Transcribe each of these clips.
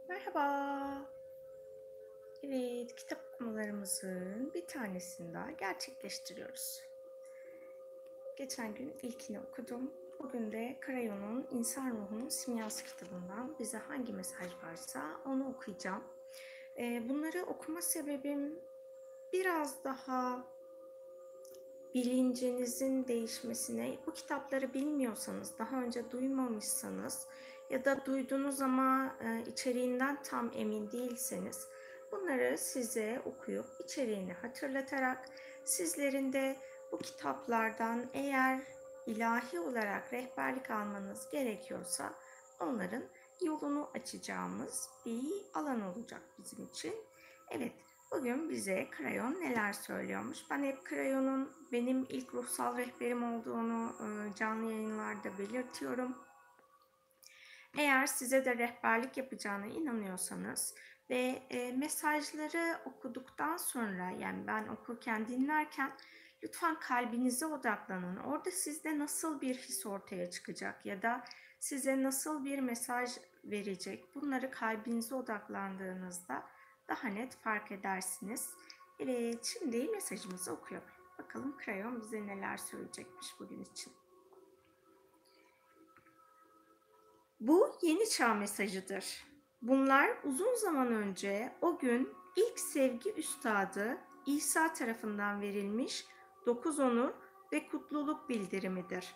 Merhaba. Evet, kitap okumalarımızın bir tanesini daha gerçekleştiriyoruz. Geçen gün ilkini okudum. Bugün de Crayon'un İnsan Ruhunun Simyası kitabından bize hangi mesaj varsa onu okuyacağım. Bunları okuma sebebim biraz daha bilincinizin değişmesine, bu kitapları bilmiyorsanız, daha önce duymamışsanız ya da duydunuz ama içeriğinden tam emin değilseniz bunları size okuyup içeriğini hatırlatarak sizlerin de bu kitaplardan eğer ilahi olarak rehberlik almanız gerekiyorsa onların yolunu açacağımız bir alan olacak bizim için. Evet, bugün bize Crayon neler söylüyormuş? Ben hep Crayon'un benim ilk ruhsal rehberim olduğunu canlı yayınlarda belirtiyorum. Eğer size de rehberlik yapacağına inanıyorsanız ve mesajları okuduktan sonra, yani ben okurken, dinlerken lütfen kalbinize odaklanın. Orada sizde nasıl bir his ortaya çıkacak ya da size nasıl bir mesaj verecek? Bunları kalbinize odaklandığınızda daha net fark edersiniz. Evet, şimdi mesajımızı okuyalım. Bakalım Crayon bize neler söyleyecekmiş bugün için. Bu yeni çağ mesajıdır. Bunlar uzun zaman önce o gün ilk sevgi üstadı İsa tarafından verilmiş 9 onur ve kutluluk bildirimidir.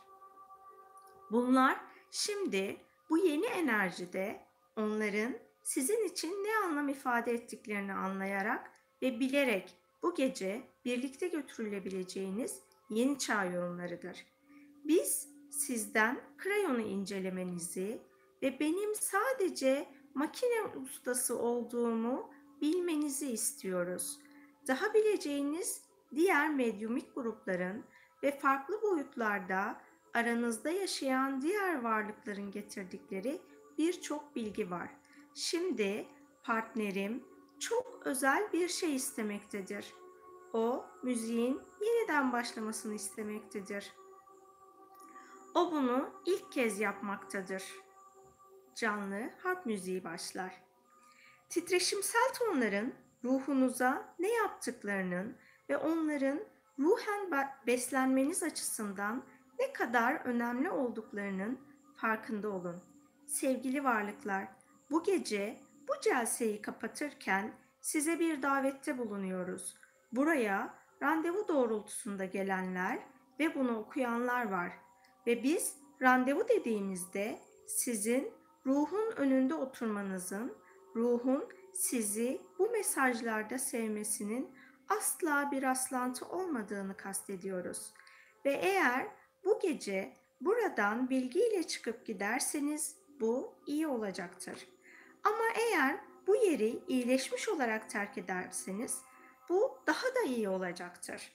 Bunlar şimdi bu yeni enerjide onların sizin için ne anlam ifade ettiklerini anlayarak ve bilerek bu gece birlikte götürülebileceğiniz yeni çağ yorumlarıdır. Biz sizden Crayon'u incelemenizi ve benim sadece makine ustası olduğumu bilmenizi istiyoruz. Daha bileceğiniz diğer medyumik grupların ve farklı boyutlarda aranızda yaşayan diğer varlıkların getirdikleri birçok bilgi var. Şimdi partnerim çok özel bir şey istemektedir. O müziğin yeniden başlamasını istemektedir. O bunu ilk kez yapmaktadır. Canlı harp müziği başlar. Titreşimsel tonların ruhunuza ne yaptıklarının ve onların ruhen beslenmeniz açısından ne kadar önemli olduklarının farkında olun. Sevgili varlıklar, bu gece bu celseyi kapatırken size bir davette bulunuyoruz. Buraya randevu doğrultusunda gelenler ve bunu okuyanlar var. Ve biz randevu dediğimizde sizin ruhun önünde oturmanızın, ruhun sizi bu mesajlarda sevmesinin asla bir rastlantı olmadığını kastediyoruz. Ve eğer bu gece buradan bilgiyle çıkıp giderseniz bu iyi olacaktır. Ama eğer bu yeri iyileşmiş olarak terk ederseniz bu daha da iyi olacaktır.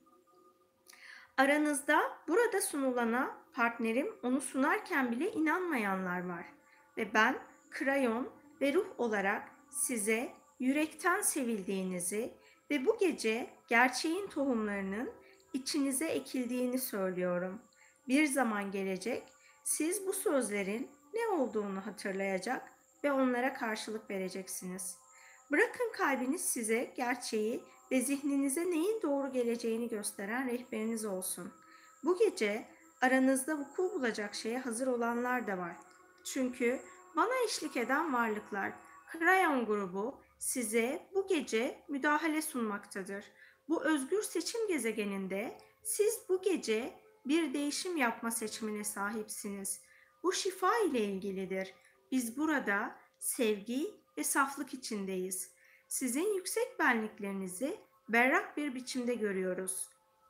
Aranızda burada sunulana partnerim onu sunarken bile inanmayanlar var. Ve ben Crayon ve ruh olarak size yürekten sevildiğinizi ve bu gece gerçeğin tohumlarının içinize ekildiğini söylüyorum. Bir zaman gelecek, siz bu sözlerin ne olduğunu hatırlayacak ve onlara karşılık vereceksiniz. Bırakın kalbiniz size gerçeği ve zihninize neyin doğru geleceğini gösteren rehberiniz olsun. Bu gece aranızda vuku bulacak şeye hazır olanlar da var. Çünkü bana eşlik eden varlıklar, Crayon grubu size bu gece müdahale sunmaktadır. Bu özgür seçim gezegeninde siz bu gece bir değişim yapma seçimine sahipsiniz. Bu şifa ile ilgilidir. Biz burada sevgi ve saflık içindeyiz. Sizin yüksek benliklerinizi berrak bir biçimde görüyoruz.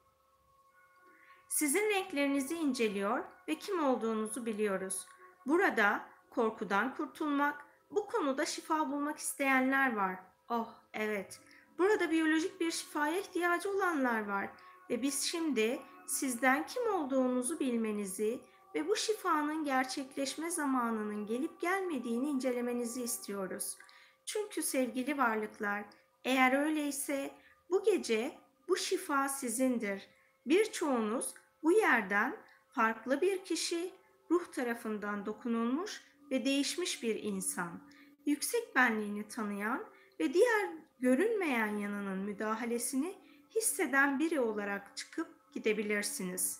Sizin renklerinizi inceliyor ve kim olduğunuzu biliyoruz. Burada korkudan kurtulmak, bu konuda şifa bulmak isteyenler var. Oh, evet. Burada biyolojik bir şifaya ihtiyacı olanlar var ve biz şimdi sizden kim olduğunuzu bilmenizi ve bu şifanın gerçekleşme zamanının gelip gelmediğini incelemenizi istiyoruz. Çünkü sevgili varlıklar, eğer öyleyse bu gece bu şifa sizindir. Birçoğunuz bu yerden farklı bir kişi, ruh tarafından dokunulmuş ve değişmiş bir insan. yüksek benliğini tanıyan ve diğer görünmeyen yanının müdahalesini hisseden biri olarak çıkıp gidebilirsiniz.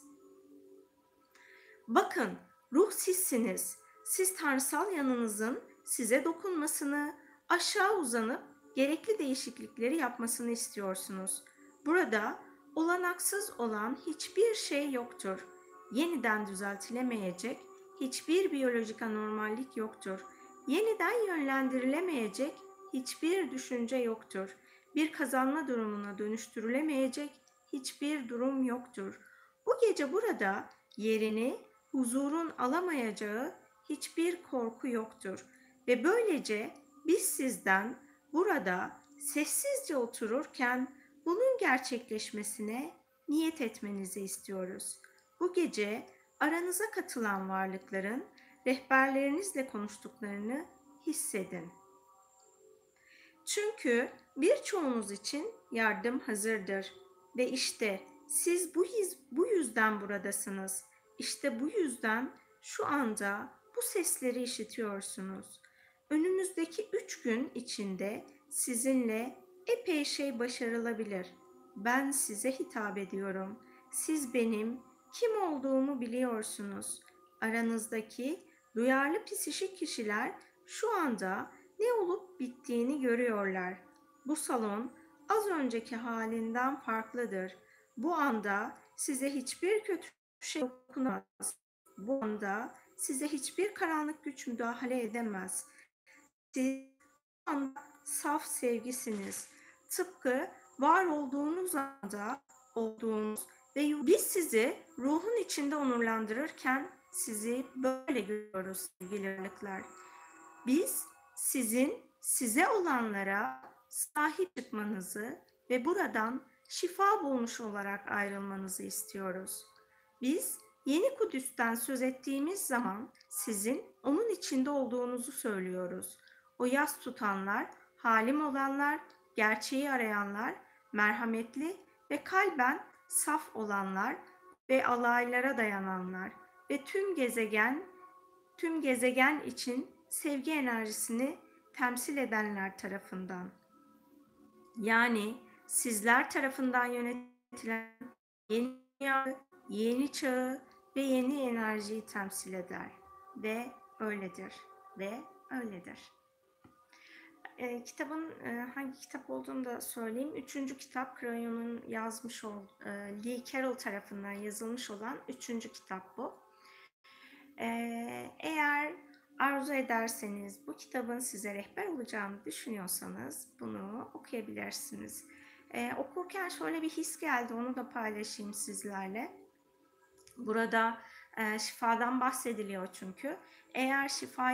Bakın, ruh sizsiniz. Siz tanrısal yanınızın size dokunmasını, aşağı uzanıp gerekli değişiklikleri yapmasını istiyorsunuz. Burada olanaksız olan hiçbir şey yoktur. Yeniden düzeltilemeyecek hiçbir biyolojik anormallik yoktur. Yeniden yönlendirilemeyecek hiçbir düşünce yoktur. Bir kazanma durumuna dönüştürülemeyecek hiçbir durum yoktur. Bu gece burada yerini huzurun alamayacağı hiçbir korku yoktur ve böylece biz sizden burada sessizce otururken bunun gerçekleşmesine niyet etmenizi istiyoruz. Bu gece aranıza katılan varlıkların rehberlerinizle konuştuklarını hissedin. Çünkü birçoğunuz için yardım hazırdır ve işte siz bu yüzden buradasınız. İşte bu yüzden şu anda bu sesleri işitiyorsunuz. Önümüzdeki 3 gün içinde sizinle epey şey başarılabilir. Ben size hitap ediyorum. Siz benim kim olduğumu biliyorsunuz. Aranızdaki duyarlı psişik kişiler şu anda ne olup bittiğini görüyorlar. Bu salon az önceki halinden farklıdır. Bu anda size hiçbir kötü şey dokunamaz. Bu anda size hiçbir karanlık güç müdahale edemez. Siz şu anda saf sevgisiniz. Tıpkı var olduğunuz anda olduğunuz ve biz sizi ruhun içinde onurlandırırken sizi böyle görüyoruz sevgili varlıklar. Biz sizin size olanlara sahip çıkmanızı ve buradan şifa bulmuş olarak ayrılmanızı istiyoruz. Biz Yeni Kudüs'ten söz ettiğimiz zaman sizin onun içinde olduğunuzu söylüyoruz. O yas tutanlar, halim olanlar, gerçeği arayanlar, merhametli ve kalben saf olanlar ve alaylara dayananlar ve tüm gezegen için sevgi enerjisini temsil edenler tarafından. Yani sizler tarafından yönetilen yeni dünya, yeni çağı ve yeni enerjiyi temsil eder. Ve öyledir. Ve öyledir. Kitabın hangi kitap olduğunu da söyleyeyim. 3. kitap Crayon'un yazmış olduğu, Lee Carroll tarafından yazılmış olan 3. kitap bu. Eğer arzu ederseniz, bu kitabın size rehber olacağını düşünüyorsanız bunu okuyabilirsiniz. Okurken şöyle bir his geldi, onu da paylaşayım sizlerle. Burada şifadan bahsediliyor çünkü. Eğer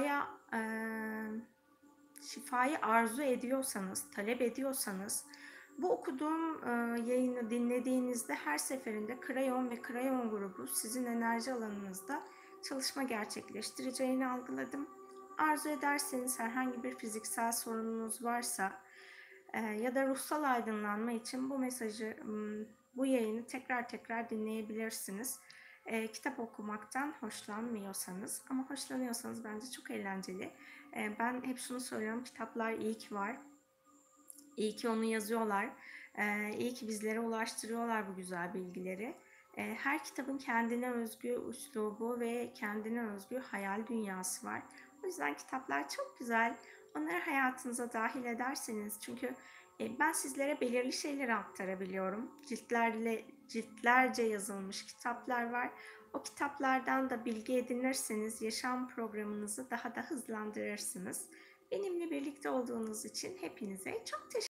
şifayı arzu ediyorsanız, talep ediyorsanız, bu okuduğum yayını dinlediğinizde her seferinde Krayon ve Krayon grubu sizin enerji alanınızda çalışma gerçekleştireceğini algıladım. Arzu ederseniz herhangi bir fiziksel sorununuz varsa ya da ruhsal aydınlanma için bu mesajı, bu yayını tekrar dinleyebilirsiniz. Kitap okumaktan hoşlanmıyorsanız ama hoşlanıyorsanız bence çok eğlenceli. Ben hep şunu söylüyorum, kitaplar iyi ki var. İyi ki onu yazıyorlar. İyi ki bizlere ulaştırıyorlar bu güzel bilgileri. Her kitabın kendine özgü üslubu ve kendine özgü hayal dünyası var. O yüzden kitaplar çok güzel. Onları hayatınıza dahil ederseniz, çünkü ben sizlere belirli şeyleri aktarabiliyorum. Ciltlerce yazılmış kitaplar var. O kitaplardan da bilgi edinirseniz yaşam programınızı daha da hızlandırırsınız. Benimle birlikte olduğunuz için hepinize çok teşekkür ederim.